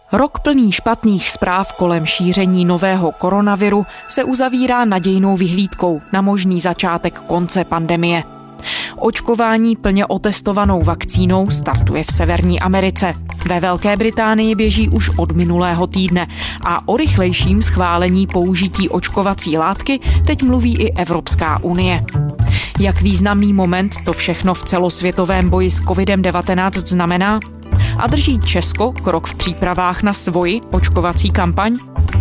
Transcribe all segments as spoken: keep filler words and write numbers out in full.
Rok plný špatných zpráv kolem šíření nového koronaviru se uzavírá nadějnou vyhlídkou na možný začátek konce pandemie. Očkování plně otestovanou vakcínou startuje v Severní Americe. Ve Velké Británii běží už od minulého týdne a o rychlejším schválení použití očkovací látky teď mluví i Evropská unie. Jak významný moment to všechno v celosvětovém boji s kovidem devatenáct znamená? A drží Česko krok v přípravách na svoji očkovací kampaň?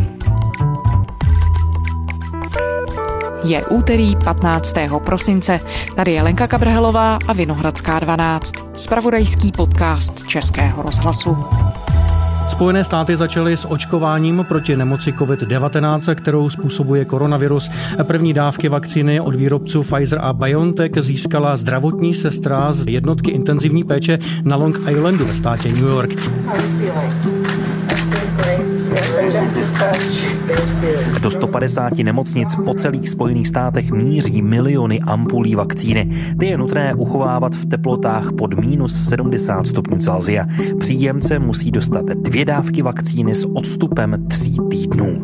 Je úterý patnáctého prosince. Tady je Lenka Kabrhelová a Vinohradská dvanáct. Zpravodajský podcast Českého rozhlasu. Spojené státy začaly s očkováním proti nemoci covid devatenáct, kterou způsobuje koronavirus. První dávky vakcíny od výrobců Pfizer a BioNTech získala zdravotní sestra z jednotky intenzivní péče na Long Islandu ve státě New York. Do sto padesáti nemocnic po celých Spojených státech míří miliony ampulí vakcíny. Ty je nutné uchovávat v teplotách pod minus sedmdesát stupňů Celsia. Příjemce musí dostat dvě dávky vakcíny s odstupem tří týdnů.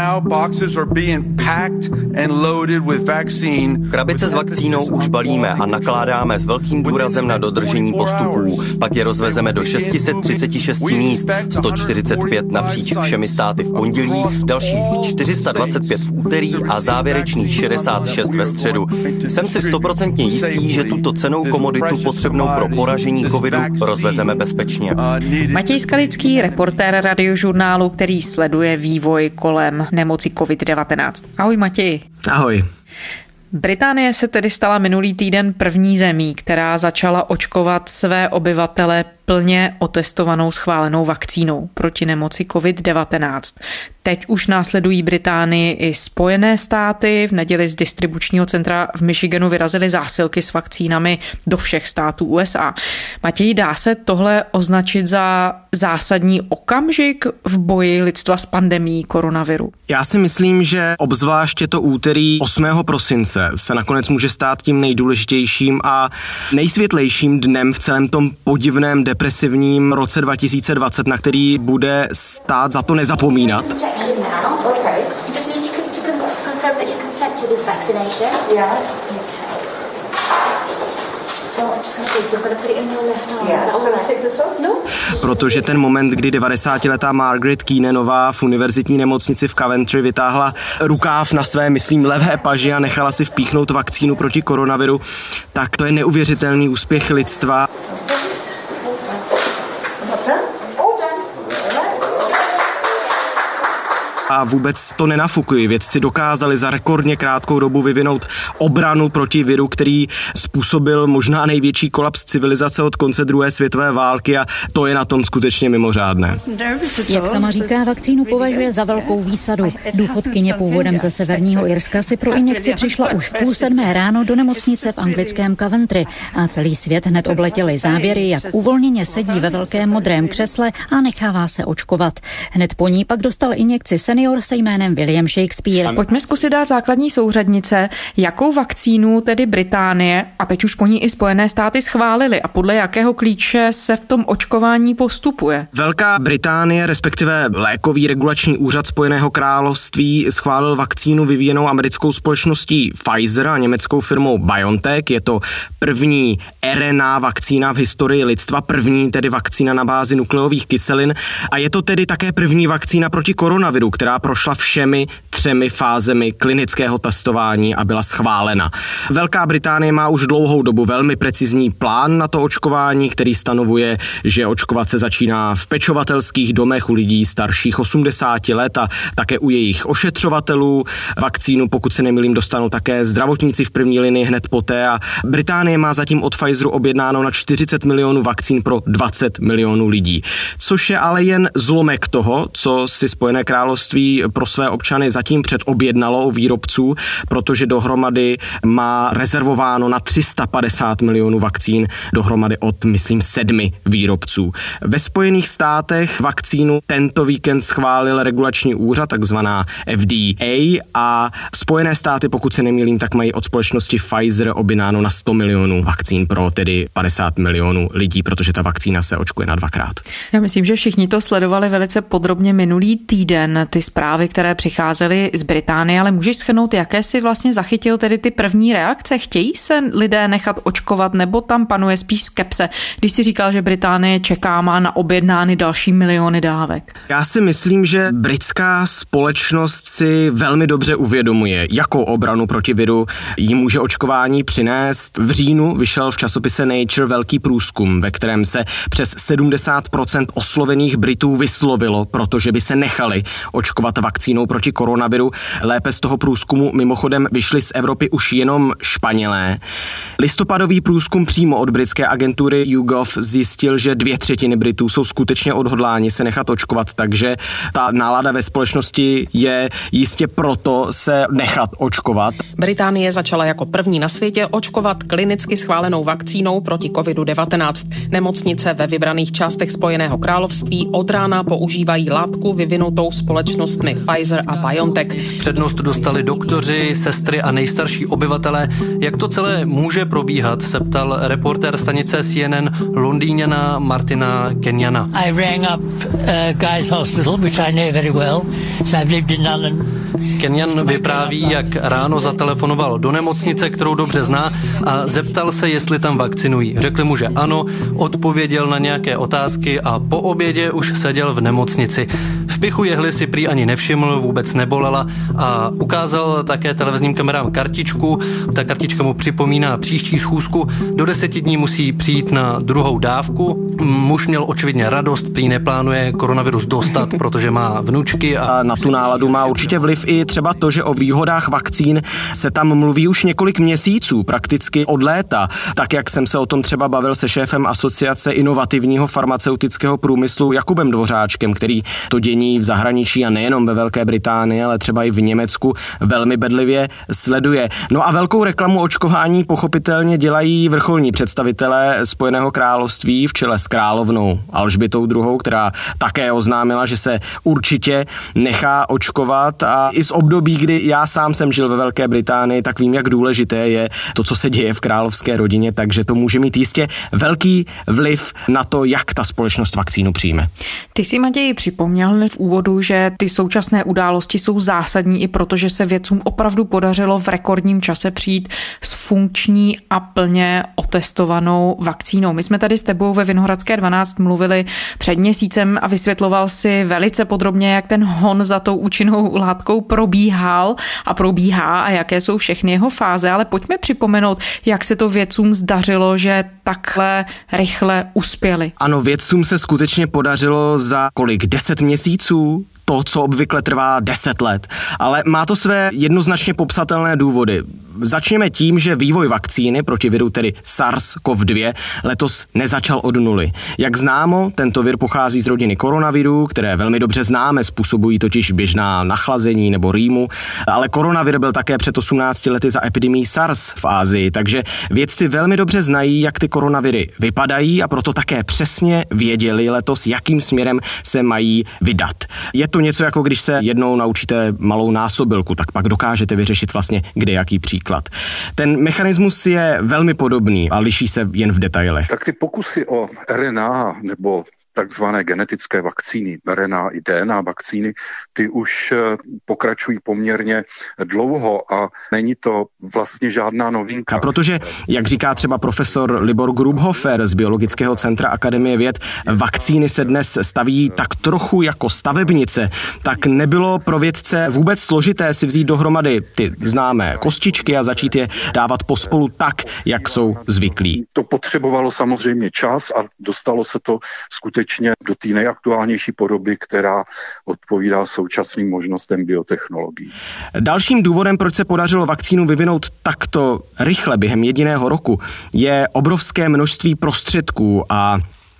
Krabice s vakcínou už balíme a nakládáme s velkým důrazem na dodržení postupů. Pak je rozvezeme do šest set třicet šest míst, sto čtyřicet pět napříč všemi státy v pondělí, dalších čtyři sta dvacet pět v úterý a závěrečných šedesát šest ve středu. Jsem si stoprocentně jistý, že tuto cennou komoditu potřebnou pro poražení covidu rozvezeme bezpečně. Matěj Skalický, reportér Radiožurnálu, který sleduje vývoj kolem nemoci covid devatenáct. Ahoj Matěj. Ahoj. Británie se tedy stala minulý týden první zemí, která začala očkovat své obyvatele plně otestovanou schválenou vakcínou proti nemoci covid devatenáct. Teď už následují Británii i Spojené státy. V neděli z distribučního centra v Michiganu vyrazily zásilky s vakcínami do všech států U S A. Matěj, dá se tohle označit za zásadní okamžik v boji lidstva s pandemií koronaviru? Já si myslím, že obzvláště to úterý osmého prosince se nakonec může stát tím nejdůležitějším a nejsvětlejším dnem v celém tom podivném depresivním roce dva tisíce dvacet, na který bude stát za to nezapomínat. Protože ten moment, kdy devadesátiletá Margaret Keenanová v univerzitní nemocnici v Coventry vytáhla rukáv na své, myslím, levé paži a nechala si vpíchnout vakcínu proti koronaviru, tak to je neuvěřitelný úspěch lidstva. A vůbec to nenafukuji. Vědci dokázali za rekordně krátkou dobu vyvinout obranu proti viru, který způsobil možná největší kolaps civilizace od konce druhé světové války a to je na tom skutečně mimořádné. Jak sama říká, vakcínu považuje za velkou výsadu. Důchodkyně původem ze Severního Irska si pro injekci přišla už v půl sedmé ráno do nemocnice v anglickém Coventry a celý svět hned obletěly záběry, jak uvolněně sedí ve velkém modrém křesle a nechává se očkovat. Hned po ní pak dostal injekci senior se jménem William Shakespeare. Pojďme zkusit dát základní souřadnice, jakou vakcínu tedy Británie a teď už po ní i Spojené státy schválily a podle jakého klíče se v tom očkování postupuje. Velká Británie, respektive lékový regulační úřad Spojeného království schválil vakcínu vyvíjenou americkou společností Pfizer a německou firmou BioNTech. Je to první R N A vakcína v historii lidstva, první tedy vakcína na bázi nukleových kyselin a je to tedy také první vakcína proti koronaviru, která prošla všemi třemi fázemi klinického testování a byla schválena. Velká Británie má už dlouhou dobu velmi precizní plán na to očkování, který stanovuje, že očkovat se začíná v pečovatelských domech u lidí starších osmdesáti let a také u jejich ošetřovatelů. Vakcínu, pokud se nemýlím, dostanou také zdravotníci v první linii hned poté a Británie má zatím od Pfizeru objednáno na čtyřicet milionů vakcín pro dvacet milionů lidí. Což je ale jen zlomek toho, co si Spojené království království pro své občany zatím předobjednalo u výrobců, protože dohromady má rezervováno na tři sta padesát milionů vakcín dohromady od, myslím, sedmi výrobců. Ve Spojených státech vakcínu tento víkend schválil regulační úřad, takzvaná F D A, a Spojené státy, pokud se nemýlím, tak mají od společnosti Pfizer objednáno na sto milionů vakcín pro tedy padesát milionů lidí, protože ta vakcína se očkuje na dvakrát. Já myslím, že všichni to sledovali velice podrobně minulý týden, ty zprávy, které přicházely z Británie, ale můžeš shrnout, jaké si vlastně zachytil tedy ty první reakce? Chtějí se lidé nechat očkovat, nebo tam panuje spíš skepse, když si říkal, že Británie čeká, má na objednány další miliony dávek? Já si myslím, že britská společnost si velmi dobře uvědomuje, jakou obranu proti viru jí může očkování přinést. V říjnu vyšel v časopise Nature velký průzkum, ve kterém se přes sedmdesát procent oslovených Britů vyslovilo, protože by se nechali očkovat vakcínou proti koronaviru. Lépe z toho průzkumu mimochodem vyšli z Evropy už jenom Španělé. Listopadový průzkum přímo od britské agentury YouGov zjistil, že dvě třetiny Britů jsou skutečně odhodláni se nechat očkovat, takže ta nálada ve společnosti je jistě proto se nechat očkovat. Británie začala jako první na světě očkovat klinicky schválenou vakcínou proti kovidu devatenáct. Nemocnice ve vybraných částech Spojeného království od rána používají látku vyvinutou společnostmi Pfizer a BioNTech. Přednost dostali doktoři, sestry a nejstarší obyvatelé. Jak to celé může probíhat, se ptal reportér stanice C N N Londýňana Martina Kenyana. I rang up uh, Guy's Hospital, which I know very well, so I've lived in London. Kenyan vypráví, jak ráno zatelefonoval do nemocnice, kterou dobře zná, a zeptal se, jestli tam vakcinují. Řekli mu, že ano, odpověděl na nějaké otázky a po obědě už seděl v nemocnici. V pichu jehly si prý ani nevšiml, vůbec nebolela a ukázal také televizním kamerám kartičku. Ta kartička mu připomíná příští schůzku. Do deseti dní musí přijít na druhou dávku. Muž měl očividně radost, prý neplánuje koronavirus dostat, protože má vnučky. A, a na tu náladu má určitě vliv i třeba to, že o výhodách vakcín se tam mluví už několik měsíců, prakticky od léta. Tak, jak jsem se o tom třeba bavil se šéfem Asociace inovativního farmaceutického průmyslu Jakubem Dvořáčkem, který to dění v zahraničí a nejenom ve Velké Británii, ale třeba i v Německu velmi bedlivě sleduje. No a velkou reklamu očkování pochopitelně dělají vrcholní představitelé Spojeného království v čele s královnou Alžbětou druhou, která také oznámila, že se určitě nechá očkovat, a i z období, kdy já sám jsem žil ve Velké Británii, tak vím, jak důležité je to, co se děje v královské rodině, takže to může mít jistě velký vliv na to, jak ta společnost vakcínu přijme. Ty si, Matěji, připomněl v úvodu, že ty současné události jsou zásadní i proto, že se vědcům opravdu podařilo v rekordním čase přijít s funkční a plně otestovanou vakcínou. My jsme tady s tebou ve Vinohradské dvanáct mluvili před měsícem a vysvětloval si velice podrobně, jak ten hon za tou účinnou látkou probíhal a probíhá a jaké jsou všechny jeho fáze, ale pojďme připomenout, jak se to vědcům zdařilo, že takhle rychle uspěli. Ano, vědcům se skutečně podařilo za kolik? deset měsíců? To, co obvykle trvá deset let. Ale má to své jednoznačně popsatelné důvody. Začněme tím, že vývoj vakcíny proti viru, tedy SARS-C o V dva, letos nezačal od nuly. Jak známo, tento vir pochází z rodiny koronavirů, které velmi dobře známe, způsobují totiž běžná nachlazení nebo rýmu, ale koronavir byl také před osmnácti lety za epidemii SARS v Asii, takže vědci velmi dobře znají, jak ty koronaviry vypadají, a proto také přesně věděli letos, jakým směrem se mají vydat. Je to něco, jako když se jednou naučíte malou násobilku, tak pak dokážete vyřešit vlastně kde jaký příklad. Ten mechanismus je velmi podobný a liší se jen v detailech. Tak ty pokusy o R N A nebo takzvané genetické vakcíny, R N A i D N A vakcíny, ty už pokračují poměrně dlouho a není to vlastně žádná novinka. A protože, jak říká třeba profesor Libor Grubhofer z Biologického centra Akademie věd, vakcíny se dnes staví tak trochu jako stavebnice, tak nebylo pro vědce vůbec složité si vzít dohromady ty známé kostičky a začít je dávat pospolu tak, jak jsou zvyklí. To potřebovalo samozřejmě čas a dostalo se to skutečně do té nejaktuálnější podoby, která odpovídá současným možnostem biotechnologií. Dalším důvodem, proč se podařilo vakcínu vyvinout takto rychle během jediného roku, je obrovské množství prostředků a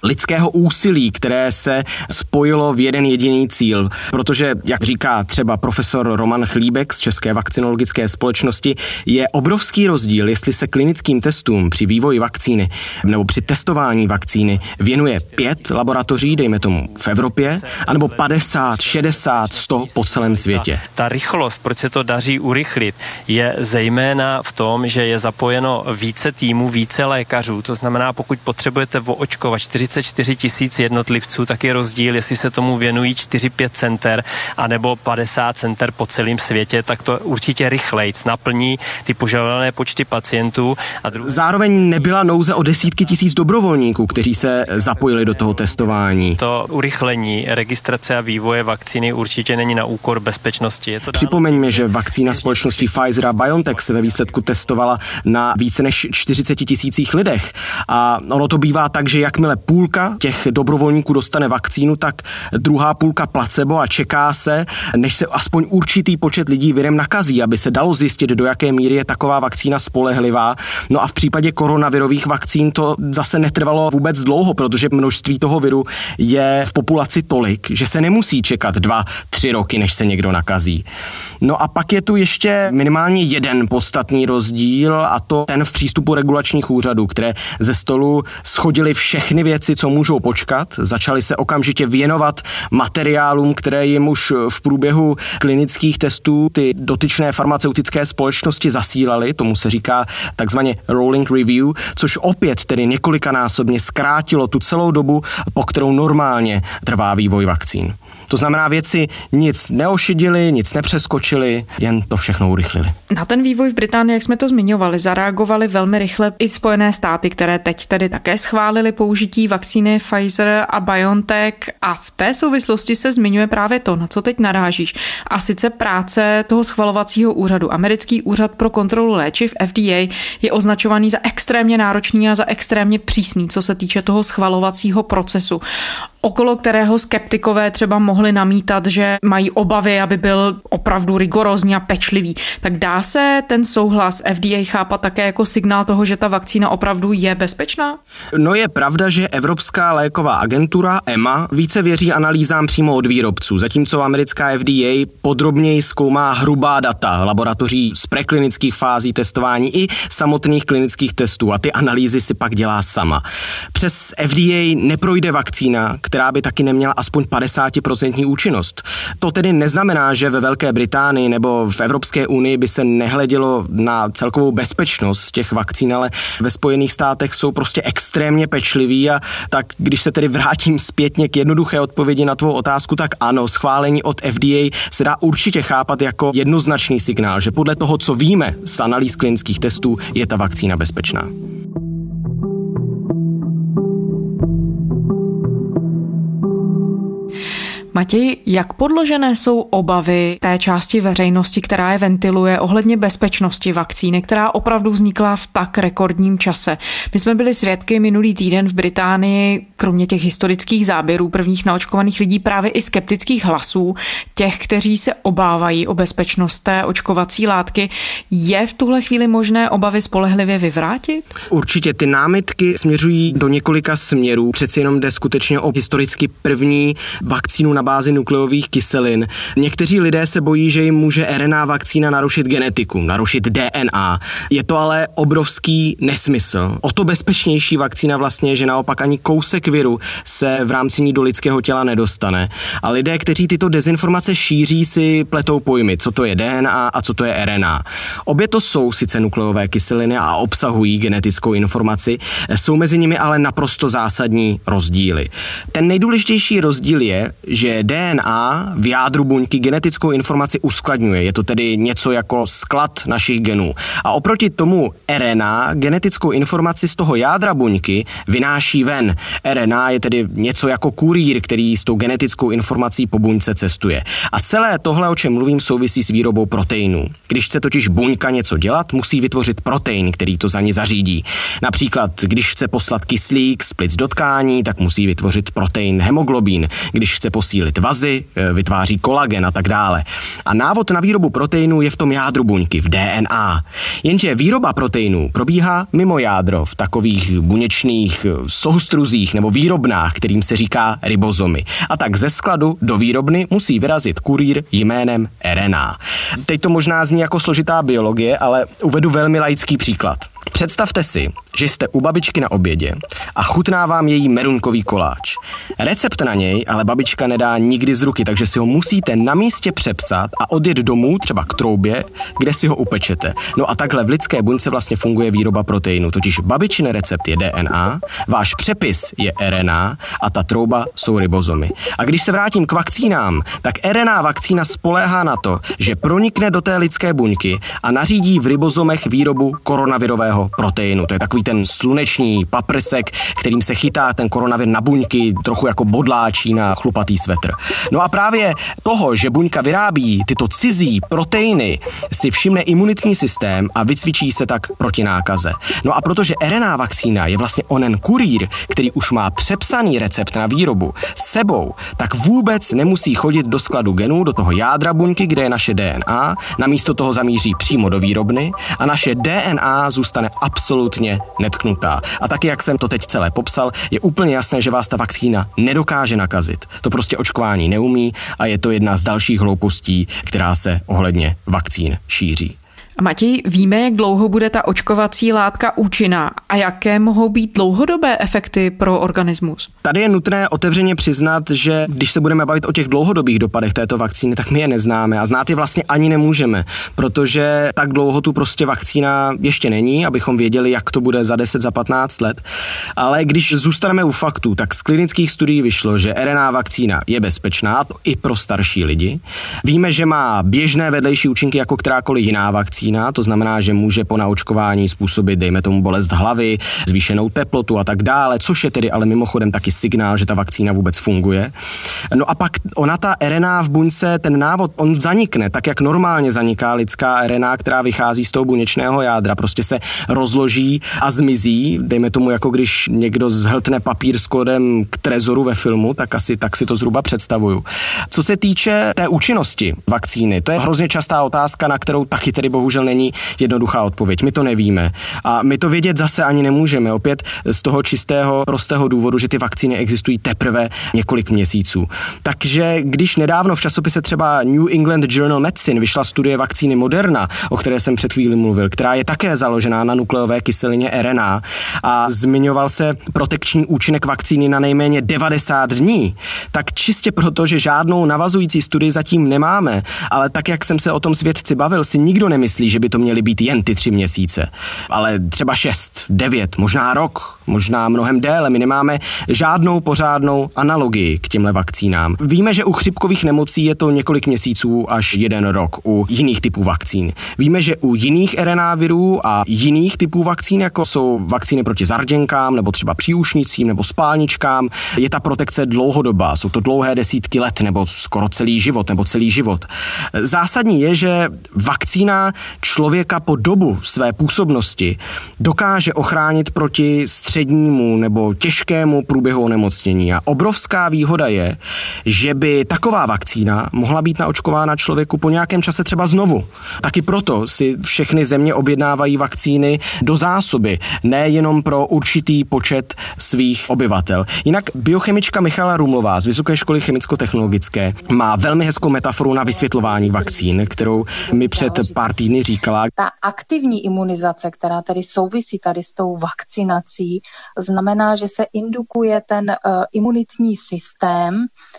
lidského úsilí, které se spojilo v jeden jediný cíl. Protože, jak říká třeba profesor Roman Chlíbek z České vakcinologické společnosti, je obrovský rozdíl, jestli se klinickým testům při vývoji vakcíny nebo při testování vakcíny věnuje pět laboratoří, dejme tomu v Evropě, anebo padesát, šedesát, sto po celém světě. Ta rychlost, proč se to daří urychlit, je zejména v tom, že je zapojeno více týmů, více lékařů. To znamená, pokud potřebujete oočkovat čtyřicet čtyři tisíc jednotlivců, tak je rozdíl, jestli se tomu věnují čtyři pět center anebo padesát center po celém světě, tak to určitě rychlejc naplní ty požadované počty pacientů. A druhý... Zároveň nebyla nouze o desítky tisíc dobrovolníků, kteří se zapojili do toho testování. To urychlení registrace a vývoje vakcíny určitě není na úkor bezpečnosti. Je to Připomeňme, že vakcína společností Pfizer a BioNTech se ve výsledku testovala na více než čtyřicet tisících lidech. A ono to bývá tak, že jakmile půlka těch dobrovolníků dostane vakcínu, tak druhá půlka placebo a čeká se, než se aspoň určitý počet lidí virem nakazí, aby se dalo zjistit, do jaké míry je taková vakcína spolehlivá. No a v případě koronavirových vakcín to zase netrvalo vůbec dlouho, protože množství toho viru je v populaci tolik, že se nemusí čekat dva, tři roky, než se někdo nakazí. No a pak je tu ještě minimálně jeden podstatný rozdíl, a to ten v přístupu regulačních úřadů, které ze stolu shodily všechny věci, co můžou počkat, začaly se okamžitě věnovat materiálům, které jim už v průběhu klinických testů ty dotyčné farmaceutické společnosti zasílaly, tomu se říká takzvaně rolling review, což opět tedy několikanásobně zkrátilo tu celou dobu, po kterou normálně trvá vývoj vakcín. To znamená, věci nic neošidili, nic nepřeskočili, jen to všechno urychlili. Na ten vývoj v Británii, jak jsme to zmiňovali, zareagovali velmi rychle i Spojené státy, které teď tedy také schválili použití vakcíny Pfizer a BioNTech, a v té souvislosti se zmiňuje právě to, na co teď narážíš, a sice práce toho schvalovacího úřadu. Americký úřad pro kontrolu léčiv F D A je označovaný za extrémně náročný a za extrémně přísný, co se týče toho schvalovacího procesu, okolo kterého skeptikové třeba mohli namítat, že mají obavy, aby byl opravdu rigorózní a pečlivý. Tak dá se ten souhlas F D A chápat také jako signál toho, že ta vakcína opravdu je bezpečná? No je pravda, že Evropská léková agentura E M A více věří analýzám přímo od výrobců, zatímco americká F D A podrobněji zkoumá hrubá data laboratoří z preklinických fází testování i samotných klinických testů, a ty analýzy si pak dělá sama. Přes F D A neprojde vakcína, která by taky neměla aspoň padesát procent účinnost. To tedy neznamená, že ve Velké Británii nebo v Evropské unii by se nehledělo na celkovou bezpečnost těch vakcín, ale ve Spojených státech jsou prostě extrémně pečliví, a tak když se tedy vrátím zpětně k jednoduché odpovědi na tvou otázku, tak ano, schválení od F D A se dá určitě chápat jako jednoznačný signál, že podle toho, co víme z analýz klinických testů, je ta vakcína bezpečná. Matěj, jak podložené jsou obavy té části veřejnosti, která je ventiluje ohledně bezpečnosti vakcíny, která opravdu vznikla v tak rekordním čase? My jsme byli svědky minulý týden v Británii, kromě těch historických záběrů prvních naočkovaných lidí, právě i skeptických hlasů, těch, kteří se obávají o bezpečnost té očkovací látky. Je v tuhle chvíli možné obavy spolehlivě vyvrátit? Určitě ty námitky směřují do několika směrů. Přeci jenom jde skutečně o historicky první vakcínu na bázi nukleových kyselin. Někteří lidé se bojí, že jim může R N A vakcína narušit genetiku, narušit D N A. Je to ale obrovský nesmysl. O to bezpečnější vakcína vlastně je, že naopak ani kousek viru se v rámci ní do lidského těla nedostane. A lidé, kteří tyto dezinformace šíří, si pletou pojmy, co to je D N A a co to je R N A. Obě to jsou sice nukleové kyseliny a obsahují genetickou informaci, jsou mezi nimi ale naprosto zásadní rozdíly. Ten nejdůležitější rozdíl je, že D N A v jádru buňky genetickou informaci uskladňuje. Je to tedy něco jako sklad našich genů. A oproti tomu R N A genetickou informaci z toho jádra buňky vynáší ven. R N A je tedy něco jako kurýr, který s tou genetickou informací po buňce cestuje. A celé tohle, o čem mluvím, souvisí s výrobou proteinů. Když chce totiž buňka něco dělat, musí vytvořit protein, který to za ní zařídí. Například, když chce poslat kyslík z plic do tkání, tak musí vytvořit protein hemoglobín. Když chce posílat posílit vazy, vytváří kolagen a tak dále. A návod na výrobu proteinů je v tom jádru buňky, v D N A. Jenže výroba proteinů probíhá mimo jádro, v takových buněčných soustruzích nebo výrobnách, kterým se říká ribozomy. A tak ze skladu do výrobny musí vyrazit kurýr jménem R N A. Teď to možná zní jako složitá biologie, ale uvedu velmi laický příklad. Představte si, že jste u babičky na obědě a chutná vám její merunkový koláč. Recept na něj ale babička nedá nikdy z ruky, takže si ho musíte na místě přepsat a odjet domů, třeba k troubě, kde si ho upečete. No a takhle v lidské buňce vlastně funguje výroba proteinu, totiž babičin recept je D N A, váš přepis je R N A a ta trouba jsou ribozomy. A když se vrátím k vakcínám, tak R N A vakcína spoléhá na to, že pronikne do té lidské buňky a nařídí v ribozomech výrobu koronavirového proteinu. To je takový ten sluneční paprsek, kterým se chytá ten koronavir na buňky, trochu jako bodláčí na chlupatý svetr. No a právě toho, že buňka vyrábí tyto cizí proteiny, si všimne imunitní systém a vycvičí se tak proti nákaze. No a protože R N A vakcína je vlastně onen kurýr, který už má přepsaný recept na výrobu s sebou, tak vůbec nemusí chodit do skladu genů, do toho jádra buňky, kde je naše D N A, namísto toho zamíří přímo do výrobny a naše D N A zůstane absolutně netknutá. A taky, jak jsem to teď celé popsal, je úplně jasné, že vás ta vakcína nedokáže nakazit. To prostě očkování neumí a je to jedna z dalších hloupostí, která se ohledně vakcín šíří. A Matěj, víme, jak dlouho bude ta očkovací látka účinná a jaké mohou být dlouhodobé efekty pro organismus? Tady je nutné otevřeně přiznat, že když se budeme bavit o těch dlouhodobých dopadech této vakcíny, tak my je neznáme a znát je vlastně ani nemůžeme, protože tak dlouho tu prostě vakcína ještě není, abychom věděli, jak to bude za deset, za patnáct let. Ale když zůstaneme u faktů, tak z klinických studií vyšlo, že R N A vakcína je bezpečná, to i pro starší lidi. Víme, že má běžné vedlejší účinky jako kterákoliv jiná vakcína. To znamená, že může po naočkování způsobit, dejme tomu, bolest hlavy, zvýšenou teplotu a tak dále, což je tedy ale mimochodem taky signál, že ta vakcína vůbec funguje. No a pak ona ta R N A v buňce, ten návod, on zanikne, tak jak normálně zaniká lidská R N A, která vychází z toho buněčného jádra, prostě se rozloží a zmizí, dejme tomu, jako když někdo zhltne papír s kódem k trezoru ve filmu, tak asi tak si to zhruba představuju. Co se týče té účinnosti vakcíny, to je hrozně častá otázka, na kterou taky tedy bohužel není jednoduchá odpověď. My to nevíme. A my to vědět zase ani nemůžeme. Opět z toho čistého, prostého důvodu, že ty vakcíny existují teprve několik měsíců. Takže když nedávno v časopise třeba New England Journal Medicine vyšla studie vakcíny Moderna, o které jsem před chvíli mluvil, která je také založená na nukleové kyselině R N A a zmiňoval se protekční účinek vakcíny na nejméně devadesát dní, tak čistě proto, že žádnou navazující studii zatím nemáme, ale tak, jak jsem se o tom s vědci bavil, si nikdo nemyslí, že by to měly být jen ty tři měsíce, ale třeba šest, devět, možná rok, možná mnohem déle. My nemáme žádnou pořádnou analogii k těmhle vakcínám. Víme, že u chřipkových nemocí je to několik měsíců až jeden rok u jiných typů vakcín. Víme, že u jiných R N A virů a jiných typů vakcín, jako jsou vakcíny proti zarděnkám nebo třeba příušnicím nebo spálničkám, je ta protekce dlouhodobá. Jsou to dlouhé desítky let nebo skoro celý život nebo celý život. Zásadní je, že vakcína člověka po dobu své působnosti dokáže ochránit proti střednímu nebo těžkému průběhu onemocnění. A obrovská výhoda je, že by taková vakcína mohla být naočkována člověku po nějakém čase třeba znovu. Taky proto si všechny země objednávají vakcíny do zásoby, nejenom pro určitý počet svých obyvatel. Jinak biochemička Michala Rumlová z Vysoké školy chemicko-technologické má velmi hezkou metaforu na vysvětlování vakcín, kterou mi před pár týdny říkala. Ta aktivní imunizace, která tady souvisí tady s tou vakcinací, znamená, že se indukuje ten uh, imunitní systém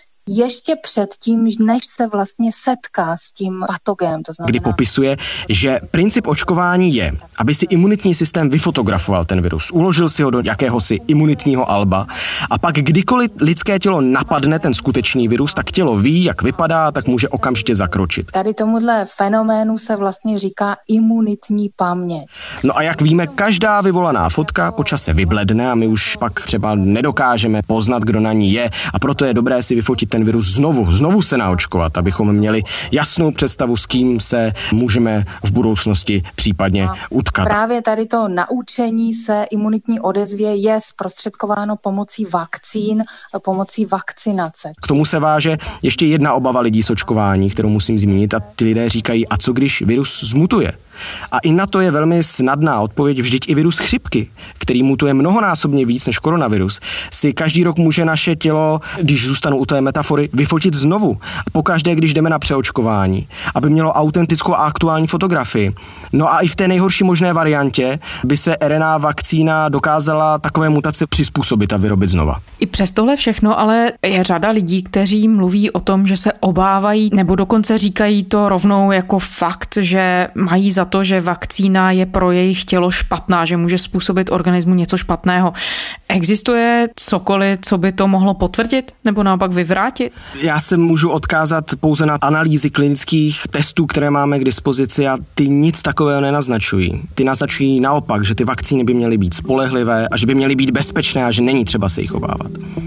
ještě předtím, než se vlastně setká s tím patogénem. To znamená... Kdy popisuje, že princip očkování je, aby si imunitní systém vyfotografoval ten virus, uložil si ho do jakéhosi imunitního alba a pak kdykoliv lidské tělo napadne ten skutečný virus, tak tělo ví, jak vypadá, tak může okamžitě zakročit. Tady tomuhle fenoménu se vlastně říká imunitní paměť. No a jak víme, každá vyvolaná fotka po čase vybledne a my už pak třeba nedokážeme poznat, kdo na ní je, a proto je dobré si vyfotit ten virus znovu, znovu se naočkovat, abychom měli jasnou představu, s kým se můžeme v budoucnosti případně utkat. Právě tady to naučení se imunitní odezvě je zprostředkováno pomocí vakcín, pomocí vakcinace. K tomu se váže ještě jedna obava lidí z očkování, kterou musím zmínit, a ty lidé říkají, a co když virus zmutuje? A i na to je velmi snadná odpověď, vždyť i virus chřipky, který mutuje mnohonásobně víc než koronavirus, si každý rok může naše tělo, když zůstanu u té metafory, vyfotit znovu. Pokaždé, když jdeme na přeočkování, aby mělo autentickou a aktuální fotografii. No a i v té nejhorší možné variantě by se R N A vakcína dokázala takové mutace přizpůsobit a vyrobit znova. I přes tohle všechno ale je řada lidí, kteří mluví o tom, že se obávají, nebo dokonce říkají to rovnou jako fakt, že mají za to, že vakcína je pro jejich tělo špatná, že může způsobit organismu něco špatného. Existuje cokoliv, co by to mohlo potvrdit nebo naopak vyvrátit? Já se můžu odkázat pouze na analýzy klinických testů, které máme k dispozici, a ty nic takového nenaznačují. Ty naznačují naopak, že ty vakcíny by měly být spolehlivé a že by měly být bezpečné a že není třeba se jich obávat.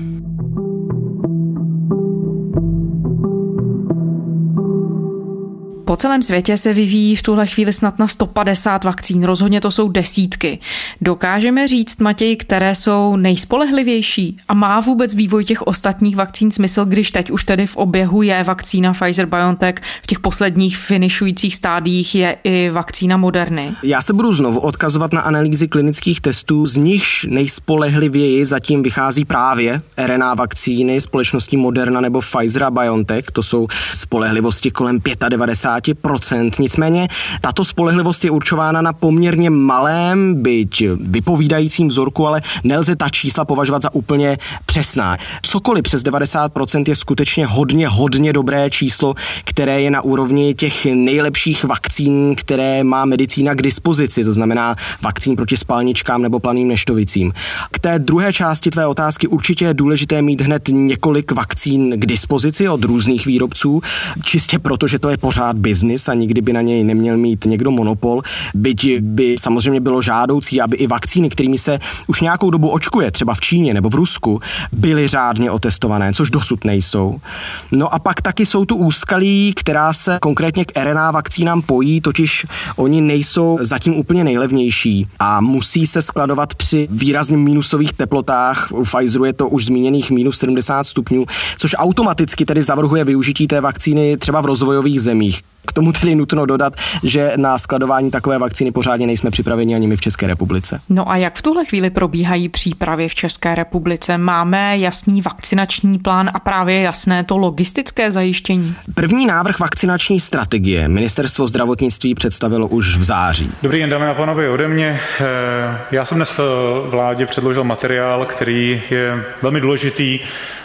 Po celém světě se vyvíjí v tuhle chvíli snad na sto padesát vakcín, rozhodně to jsou desítky. Dokážeme říct, Matěj, které jsou nejspolehlivější? A má vůbec vývoj těch ostatních vakcín smysl, když teď už tedy v oběhu je vakcína Pfizer-BioNTech, v těch posledních finišujících stádiích je i vakcína Moderny? Já se budu znovu odkazovat na analýzy klinických testů, z nichž nejspolehlivěji zatím vychází právě R N A vakcíny společností Moderna nebo Pfizer a BioNTech. To jsou spolehlivosti kolem devadesát pět procent. Nicméně tato spolehlivost je určována na poměrně malém, byť vypovídajícím vzorku, ale nelze ta čísla považovat za úplně přesná. Cokoliv přes devadesát procent je skutečně hodně, hodně dobré číslo, které je na úrovni těch nejlepších vakcín, které má medicína k dispozici, to znamená vakcín proti spalničkám nebo planým neštovicím. K té druhé části tvé otázky určitě je důležité mít hned několik vakcín k dispozici od různých výrobců, čistě proto, že to je pořád biznis a nikdy by na něj neměl mít někdo monopol, byť by samozřejmě bylo žádoucí, aby i vakcíny, kterými se už nějakou dobu očkuje, třeba v Číně nebo v Rusku, byly řádně otestované, což dosud nejsou. No a pak taky jsou tu úskalí, která se konkrétně k R N A vakcínám pojí, totiž oni nejsou zatím úplně nejlevnější a musí se skladovat při výrazně minusových teplotách. U Pfizeru je to už zmíněných minus sedmdesát stupňů, což automaticky tedy zavrhuje využití té vakcíny třeba v rozvojových zemích. K tomu tedy nutno dodat, že na skladování takové vakcíny pořádně nejsme připraveni ani my v České republice. No a jak v tuhle chvíli probíhají přípravy v České republice? Máme jasný vakcinační plán a právě jasné to logistické zajištění? První návrh vakcinační strategie Ministerstvo zdravotnictví představilo už v září. Dobrý den, dámy a pánové, ode mě. Já jsem dnes vládě předložil materiál, který je velmi důležitý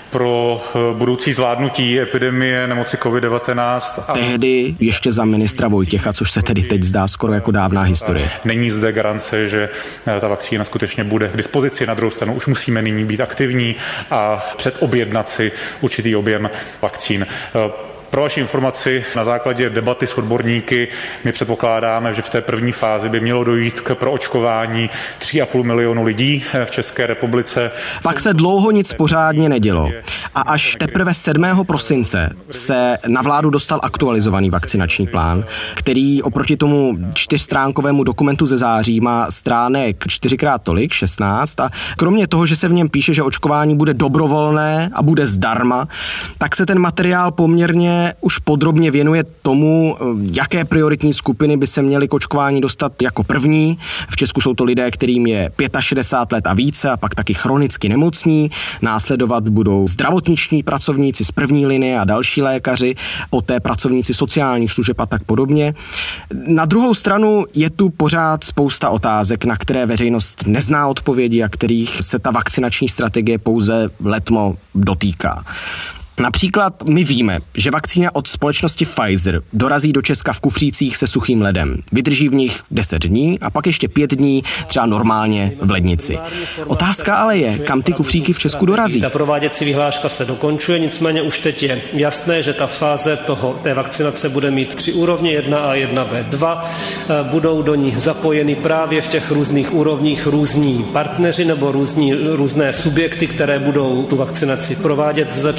pro budoucí zvládnutí epidemie nemoci covid devatenáct. Tehdy ještě za ministra Vojtěcha, což se tedy teď zdá skoro jako dávná historie. Není zde garance, že ta vakcína skutečně bude k dispozici. Na druhou stranu už musíme nyní být aktivní a předobjednat si určitý objem vakcín. Pro vaši informaci, na základě debaty s odborníky my předpokládáme, že v té první fázi by mělo dojít k proočkování tři a půl milionu lidí v České republice. Pak se dlouho nic pořádně nedělo a až teprve sedmého prosince se na vládu dostal aktualizovaný vakcinační plán, který oproti tomu čtyřstránkovému dokumentu ze září má stránek čtyřikrát tolik, šestnáct, a kromě toho, že se v něm píše, že očkování bude dobrovolné a bude zdarma, tak se ten materiál poměrně už podrobně věnuje tomu, jaké prioritní skupiny by se měly k očkování dostat jako první. V Česku jsou to lidé, kterým je šedesát pět let a více a pak taky chronicky nemocní. Následovat budou zdravotniční pracovníci z první linie a další lékaři, poté pracovníci sociálních služeb a tak podobně. Na druhou stranu je tu pořád spousta otázek, na které veřejnost nezná odpovědi a kterých se ta vakcinační strategie pouze letmo dotýká. Například my víme, že vakcína od společnosti Pfizer dorazí do Česka v kufřících se suchým ledem. Vydrží v nich deset dní a pak ještě pět dní třeba normálně v lednici. Otázka ale je, kam ty kufříky v Česku dorazí. Ta prováděcí vyhláška se dokončuje, nicméně už teď je jasné, že ta fáze toho, té vakcinace bude mít tři úrovně, jedna A, jedna B, dva. Budou do ní zapojeny právě v těch různých úrovních různí partneři nebo různí, různé subjekty, které budou tu vakcinaci provádět z začátku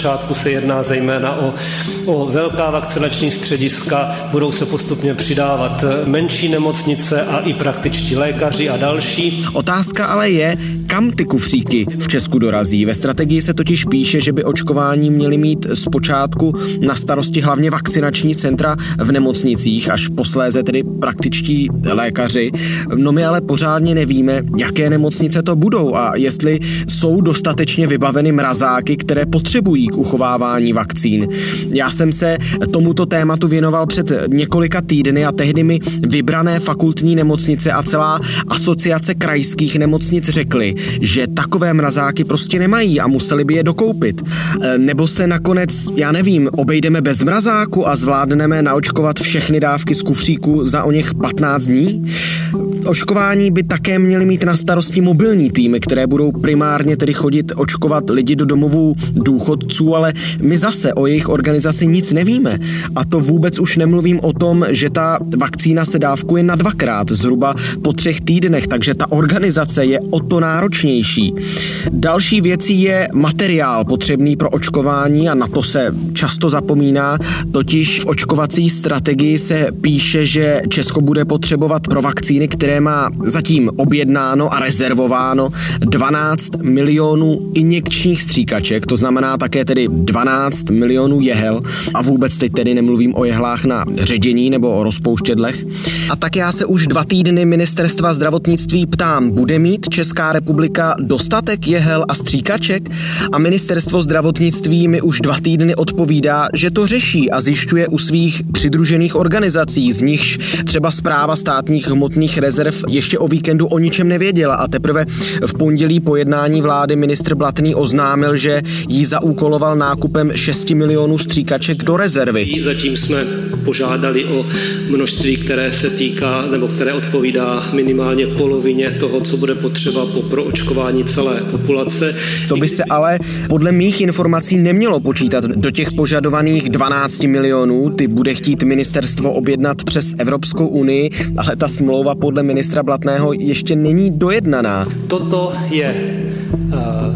se jedná zejména o, o velká vakcinační střediska, budou se postupně přidávat menší nemocnice a i praktičtí lékaři a další. Otázka ale je, kam ty kufříky v Česku dorazí. Ve strategii se totiž píše, že by očkování měly mít zpočátku na starosti hlavně vakcinační centra v nemocnicích, až posléze tedy praktičtí lékaři. No my ale pořádně nevíme, jaké nemocnice to budou a jestli jsou dostatečně vybaveny mrazáky, které potřebují k uchovávání vakcín. Já jsem se tomuto tématu věnoval před několika týdny a tehdy mi vybrané fakultní nemocnice a celá asociace krajských nemocnic řekly, že takové mrazáky prostě nemají a museli by je dokoupit. Nebo se nakonec, já nevím, obejdeme bez mrazáku a zvládneme naočkovat všechny dávky z kufříku za o něch patnáct dní? Očkování by také měly mít na starosti mobilní týmy, které budou primárně tedy chodit očkovat lidi do domovů důchodců, ale my zase o jejich organizaci nic nevíme. A to vůbec už nemluvím o tom, že ta vakcína se dávkuje na dvakrát, zhruba po třech týdnech, takže ta organizace je o to náročnější. Další věcí je materiál potřebný pro očkování a na to se často zapomíná, totiž v očkovací strategii se píše, že Česko bude potřebovat pro vakcíny, které má zatím objednáno a rezervováno dvanáct milionů injekčních stříkaček, to znamená také tedy dvanáct milionů jehel a vůbec teď tedy nemluvím o jehlách na ředění nebo o rozpouštědlech. A tak já se už dva týdny Ministerstva zdravotnictví ptám, bude mít Česká republika dostatek jehel a stříkaček? A Ministerstvo zdravotnictví mi už dva týdny odpovídá, že to řeší a zjišťuje u svých přidružených organizací, z nichž třeba Správa státních hmotných rezerv ještě o víkendu o ničem nevěděla a teprve v pondělí po jednání vlády ministr Blatný oznámil, že jí zaúkoloval nákupem šest milionů stříkaček do rezervy. Zatím jsme požádali o množství, které se týká nebo které odpovídá minimálně polovině toho, co bude potřeba po proočkování celé populace. To by se ale podle mých informací nemělo počítat do těch požadovaných dvanáct milionů. Ty bude chtít ministerstvo objednat přes Evropskou unii, ale ta smlouva podle ministra Blatného ještě není dojednaná. Toto je uh,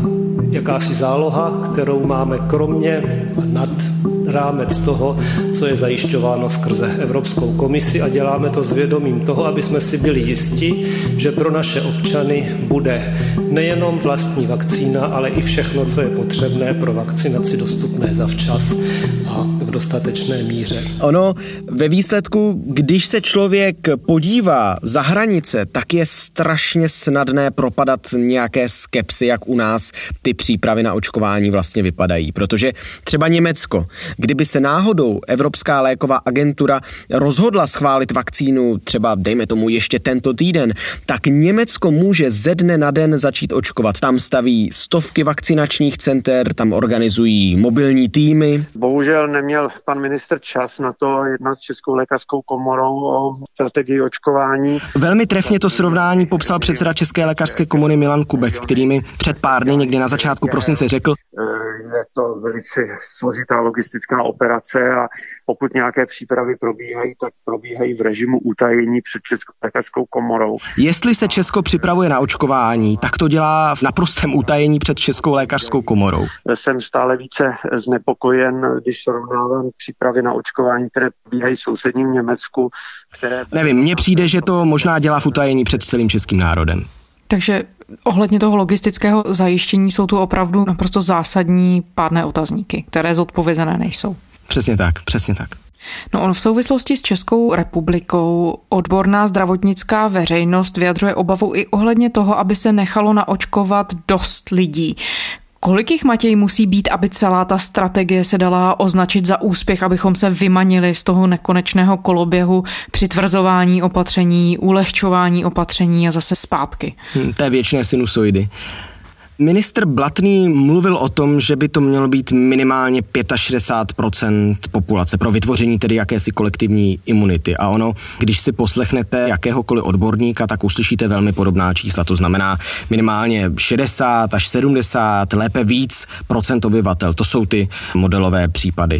jakási záloha, kterou máme kromě a nad rámec toho, co je zajišťováno skrze Evropskou komisi a děláme to s vědomím toho, aby jsme si byli jisti, že pro naše občany bude nejenom vlastní vakcína, ale i všechno, co je potřebné pro vakcinaci dostupné zavčas a v dostatečné míře. Ono ve výsledku, když se člověk podívá za hranice, tak je strašně snadné propadat nějaké skepsy, jak u nás ty přípravy na očkování vlastně vypadají. Protože třeba Německo, kdyby se náhodou Evropská léková agentura rozhodla schválit vakcínu třeba dejme tomu ještě tento týden, tak Německo může ze dne na den začít očkovat. Tam staví stovky vakcinačních center, tam organizují mobilní týmy. Bohužel neměl pan ministr čas na to jednat s Českou lékařskou komorou o strategii očkování. Velmi trefně to srovnání popsal předseda České lékařské komory Milan Kubek, který mi před pár dny někdy na začátku prosince řekl: je to velice složitá logistická operace a pokud nějaké přípravy probíhají, tak probíhají v režimu utajení před Českou lékařskou komorou. Jestli se Česko připravuje na očkování, tak to dělá v naprostém utajení před Českou lékařskou komorou. Jsem stále více znepokojen, když srovnávám přípravy na očkování, které probíhají v sousedním Německu, které... Nevím, mně přijde, že to možná dělá v utajení před celým českým národem. Takže ohledně toho logistického zajištění jsou tu opravdu naprosto zásadní pádné otazníky, které zodpovězené nejsou. Přesně tak, přesně tak. No on v souvislosti s Českou republikou odborná zdravotnická veřejnost vyjadřuje obavu i ohledně toho, aby se nechalo naočkovat dost lidí. Kolik jich, Matěj, musí být, aby celá ta strategie se dala označit za úspěch, abychom se vymanili z toho nekonečného koloběhu přitvrzování opatření, ulehčování opatření a zase zpátky? Hmm, té věčné sinusoidy. Ministr Blatný mluvil o tom, že by to mělo být minimálně šedesát pět procent populace pro vytvoření tedy jakési kolektivní imunity. A ono, když si poslechnete jakéhokoliv odborníka, tak uslyšíte velmi podobná čísla. To znamená minimálně šedesát až sedmdesát, lépe víc procent obyvatel. To jsou ty modelové případy.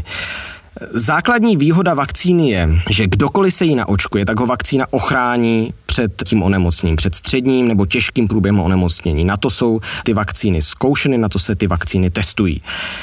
Základní výhoda vakcíny je, že kdokoliv se jí naočkuje, tak ho vakcína ochrání před tím onemocněním, před středním nebo těžkým průběhem onemocnění. Na to jsou ty vakcíny zkoušeny, na to se ty vakcíny testují.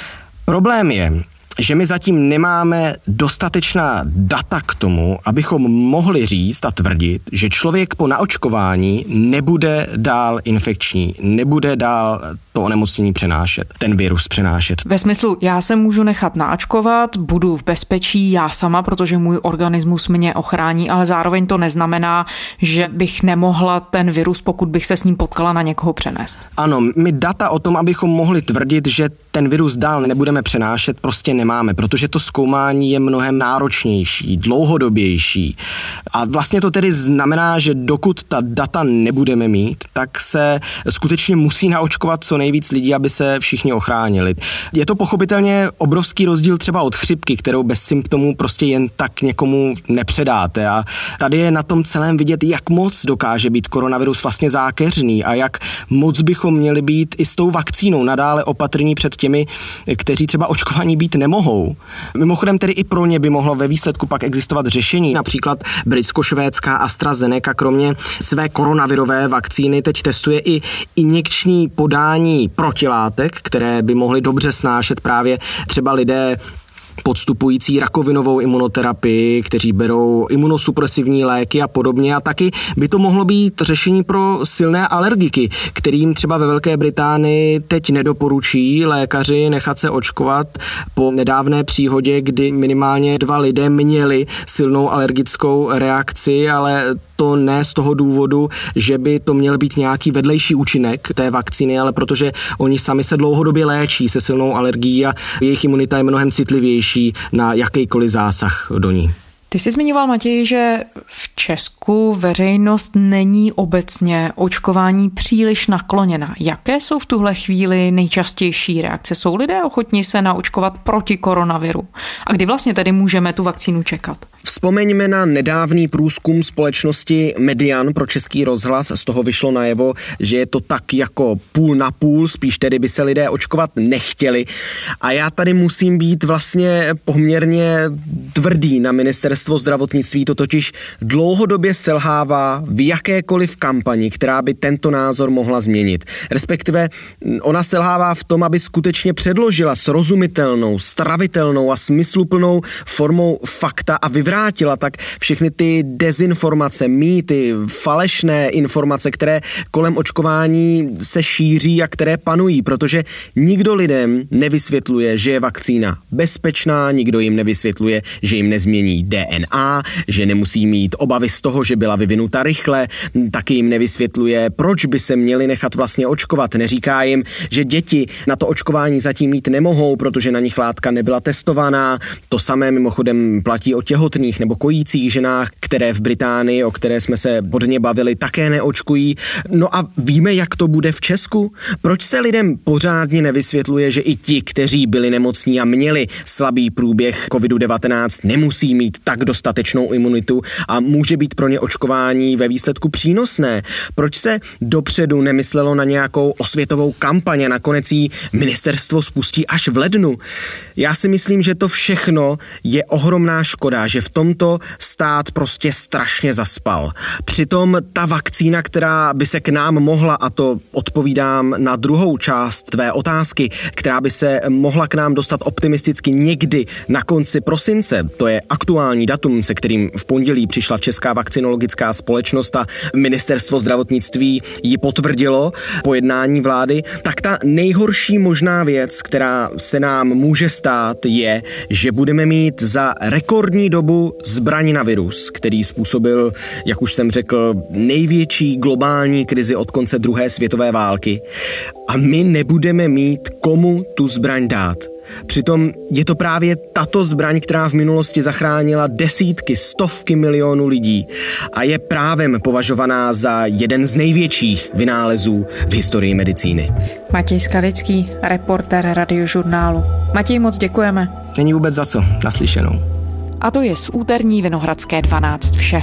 Problém je, že my zatím nemáme dostatečná data k tomu, abychom mohli říct a tvrdit, že člověk po naočkování nebude dál infekční, nebude dál to onemocnění přenášet, ten virus přenášet. Ve smyslu, já se můžu nechat naočkovat, budu v bezpečí já sama, protože můj organismus mě ochrání, ale zároveň to neznamená, že bych nemohla ten virus, pokud bych se s ním potkala, na někoho přenést. Ano, my data o tom, abychom mohli tvrdit, že ten virus dál nebudeme přenášet, prostě nemáme, protože to zkoumání je mnohem náročnější, dlouhodobější. A vlastně to tedy znamená, že dokud ta data nebudeme mít, tak se skutečně musí naočkovat co nejvíc lidí, aby se všichni ochránili. Je to pochopitelně obrovský rozdíl třeba od chřipky, kterou bez symptomů prostě jen tak někomu nepředáte. A tady je na tom celém vidět, jak moc dokáže být koronavirus vlastně zákeřný a jak moc bychom měli být i s tou vakcínou nadále opatrní před těmi, kteří třeba očkovaní být nemohou. Mimochodem tedy i pro ně by mohlo ve výsledku pak existovat řešení. Například britsko-švédská AstraZeneca kromě své koronavirové vakcíny teď testuje i injekční podání protilátek, které by mohly dobře snášet právě třeba lidé podstupující rakovinovou imunoterapii, kteří berou imunosupresivní léky a podobně. A taky by to mohlo být řešení pro silné alergiky, kterým třeba ve Velké Británii teď nedoporučí lékaři nechat se očkovat po nedávné příhodě, kdy minimálně dva lidé měli silnou alergickou reakci, ale to ne z toho důvodu, že by to měl být nějaký vedlejší účinek té vakcíny, ale protože oni sami se dlouhodobě léčí se silnou alergií a jejich imunita je mnohem citlivější na jakýkoliv zásah do ní. Ty jsi zmiňoval, Matěj, že v Česku veřejnost není obecně očkování příliš nakloněna. Jaké jsou v tuhle chvíli nejčastější reakce? Jsou lidé ochotní se naočkovat proti koronaviru? A kdy vlastně tedy můžeme tu vakcínu čekat? Vzpomeňme na nedávný průzkum společnosti Median pro Český rozhlas. Z toho vyšlo najevo, že je to tak jako půl na půl, spíš tedy by se lidé očkovat nechtěli. A já tady musím být vlastně poměrně tvrdý na ministerstvo zdravotnictví. To totiž dlouhodobě selhává v jakékoliv kampani, která by tento názor mohla změnit. Respektive ona selhává v tom, aby skutečně předložila srozumitelnou, stravitelnou a smysluplnou formou fakta a vyvrátila tak všechny ty dezinformace, mýty, falešné informace, které kolem očkování se šíří a které panují, protože nikdo lidem nevysvětluje, že je vakcína bezpečná, nikdo jim nevysvětluje, že jim nezmění D N A, že nemusí mít obavy z toho, že byla vyvinuta rychle, taky jim nevysvětluje, proč by se měli nechat vlastně očkovat. Neříká jim, že děti na to očkování zatím mít nemohou, protože na nich látka nebyla testovaná. To samé mimochodem platí o těhotných nebo kojících ženách, které v Británii, o které jsme se hodně bavili, také neočkují. No a víme, jak to bude v Česku? Proč se lidem pořádně nevysvětluje, že i ti, kteří byli nemocní a měli slabý průběh kovid devatenáct, nemusí mít tak dostatečnou imunitu a může být pro ně očkování ve výsledku přínosné? Proč se dopředu nemyslelo na nějakou osvětovou kampaň a nakonec jí ministerstvo spustí až v lednu? Já si myslím, že to všechno je ohromná škoda, že v tomto stát prostě strašně zaspal. Přitom ta vakcína, která by se k nám mohla, a to odpovídám na druhou část tvé otázky, která by se mohla k nám dostat optimisticky někdy na konci prosince, to je aktuální datum, se kterým v pondělí přišla Česká vakcinologická společnost a ministerstvo zdravotnictví ji potvrdilo po jednání vlády, tak ta nejhorší možná věc, která se nám může stát, je, že budeme mít za rekordní dobu zbraň na virus, který způsobil, jak už jsem řekl, největší globální krizi od konce druhé světové války. A my nebudeme mít komu tu zbraň dát. Přitom je to právě tato zbraň, která v minulosti zachránila desítky, stovky milionů lidí a je právem považovaná za jeden z největších vynálezů v historii medicíny. Matěj Skalický, reportér Radiožurnálu. Matěj, moc děkujeme. Není vůbec za co, naslyšenou. A to je z úterní Vinohradské dvanáct vše.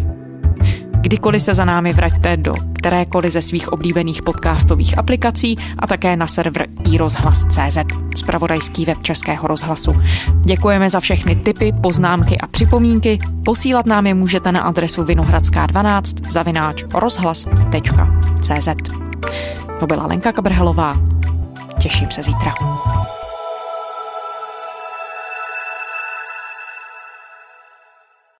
Kdykoliv se za námi vraťte do kterékoliv ze svých oblíbených podcastových aplikací a také na server i rozhlas tečka cé zet, zpravodajský web Českého rozhlasu. Děkujeme za všechny tipy, poznámky a připomínky. Posílat nám je můžete na adresu vinohradská dvanáct zavináč rozhlas tečka cé zet. To byla Lenka Kabrhelová. Těším se zítra.